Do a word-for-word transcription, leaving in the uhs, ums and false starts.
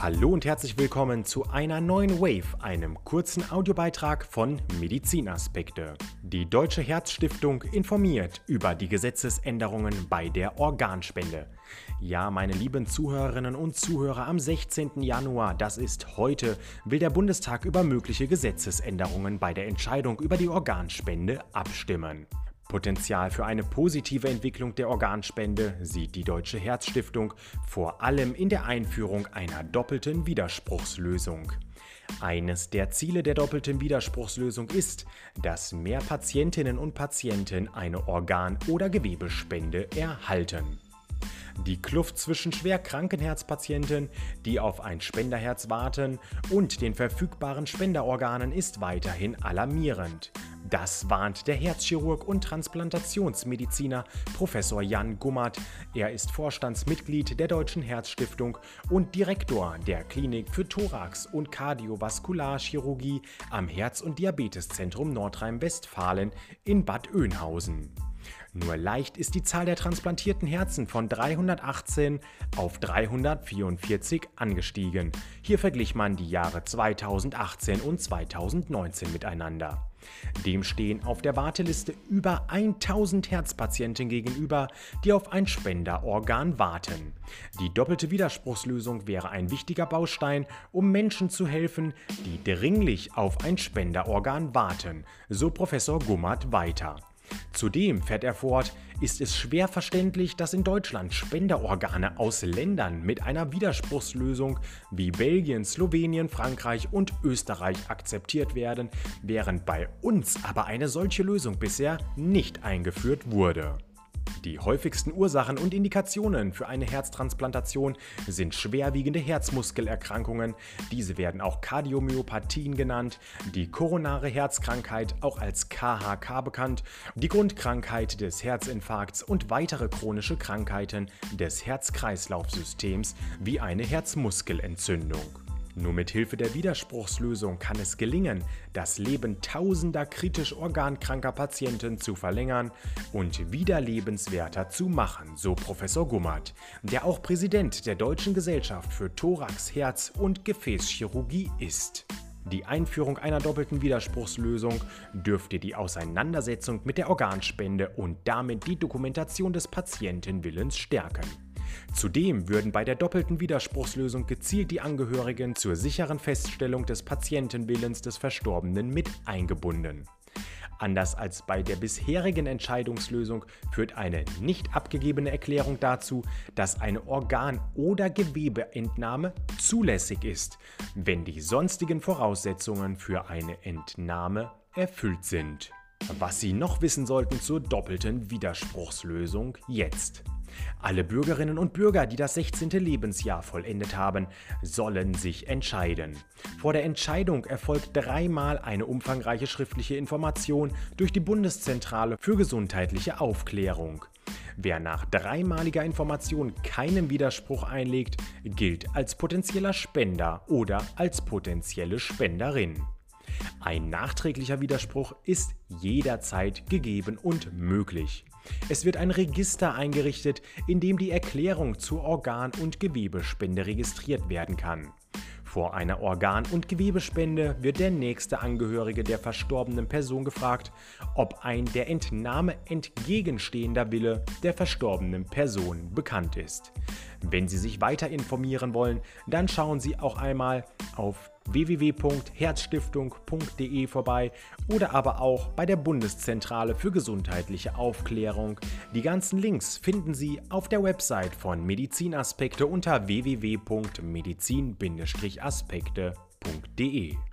Hallo und herzlich willkommen zu einer neuen Wave, einem kurzen Audiobeitrag von Medizinaspekte. Die Deutsche Herzstiftung informiert über die Gesetzesänderungen bei der Organspende. Ja, meine lieben Zuhörerinnen und Zuhörer, am sechzehnten Januar, das ist heute, will der Bundestag über mögliche Gesetzesänderungen bei der Entscheidung über die Organspende abstimmen. Potenzial für eine positive Entwicklung der Organspende sieht die Deutsche Herzstiftung vor allem in der Einführung einer doppelten Widerspruchslösung. Eines der Ziele der doppelten Widerspruchslösung ist, dass mehr Patientinnen und Patienten eine Organ- oder Gewebespende erhalten. Die Kluft zwischen schwerkranken Herzpatienten, die auf ein Spenderherz warten, und den verfügbaren Spenderorganen ist weiterhin alarmierend. Das warnt der Herzchirurg und Transplantationsmediziner Professor Jan Gummert. Er ist Vorstandsmitglied der Deutschen Herzstiftung und Direktor der Klinik für Thorax- und Kardiovaskularchirurgie am Herz- und Diabeteszentrum Nordrhein-Westfalen in Bad Oeynhausen. Nur leicht ist die Zahl der transplantierten Herzen von dreihundertachtzehn auf dreihundertvierundvierzig angestiegen. Hier verglich man die Jahre zweitausendachtzehn und zweitausendneunzehn miteinander. Dem stehen auf der Warteliste über tausend Herzpatienten gegenüber, die auf ein Spenderorgan warten. Die doppelte Widerspruchslösung wäre ein wichtiger Baustein, um Menschen zu helfen, die dringlich auf ein Spenderorgan warten, so Professor Gummert weiter. Zudem, fährt er fort, ist es schwer verständlich, dass in Deutschland Spenderorgane aus Ländern mit einer Widerspruchslösung wie Belgien, Slowenien, Frankreich und Österreich akzeptiert werden, während bei uns aber eine solche Lösung bisher nicht eingeführt wurde. Die häufigsten Ursachen und Indikationen für eine Herztransplantation sind schwerwiegende Herzmuskelerkrankungen, diese werden auch Kardiomyopathien genannt, die koronare Herzkrankheit, auch als K H K bekannt, die Grundkrankheit des Herzinfarkts und weitere chronische Krankheiten des Herz-Kreislauf-Systems wie eine Herzmuskelentzündung. Nur mit Hilfe der Widerspruchslösung kann es gelingen, das Leben tausender kritisch organkranker Patienten zu verlängern und wieder lebenswerter zu machen, so Professor Gummert, der auch Präsident der Deutschen Gesellschaft für Thorax-, Herz- und Gefäßchirurgie ist. Die Einführung einer doppelten Widerspruchslösung dürfte die Auseinandersetzung mit der Organspende und damit die Dokumentation des Patientenwillens stärken. Zudem würden bei der doppelten Widerspruchslösung gezielt die Angehörigen zur sicheren Feststellung des Patientenwillens des Verstorbenen mit eingebunden. Anders als bei der bisherigen Entscheidungslösung führt eine nicht abgegebene Erklärung dazu, dass eine Organ- oder Gewebeentnahme zulässig ist, wenn die sonstigen Voraussetzungen für eine Entnahme erfüllt sind. Was Sie noch wissen sollten zur doppelten Widerspruchslösung jetzt. Alle Bürgerinnen und Bürger, die das sechzehnte Lebensjahr vollendet haben, sollen sich entscheiden. Vor der Entscheidung erfolgt dreimal eine umfangreiche schriftliche Information durch die Bundeszentrale für gesundheitliche Aufklärung. Wer nach dreimaliger Information keinen Widerspruch einlegt, gilt als potenzieller Spender oder als potenzielle Spenderin. Ein nachträglicher Widerspruch ist jederzeit gegeben und möglich. Es wird ein Register eingerichtet, in dem die Erklärung zur Organ- und Gewebespende registriert werden kann. Vor einer Organ- und Gewebespende wird der nächste Angehörige der verstorbenen Person gefragt, ob ein der Entnahme entgegenstehender Wille der verstorbenen Person bekannt ist. Wenn Sie sich weiter informieren wollen, dann schauen Sie auch einmal auf w w w punkt herzstiftung punkt d e vorbei oder aber auch bei der Bundeszentrale für gesundheitliche Aufklärung. Die ganzen Links finden Sie auf der Website von Medizinaspekte unter w w w punkt medizin Bindestrich aspekte punkt d e.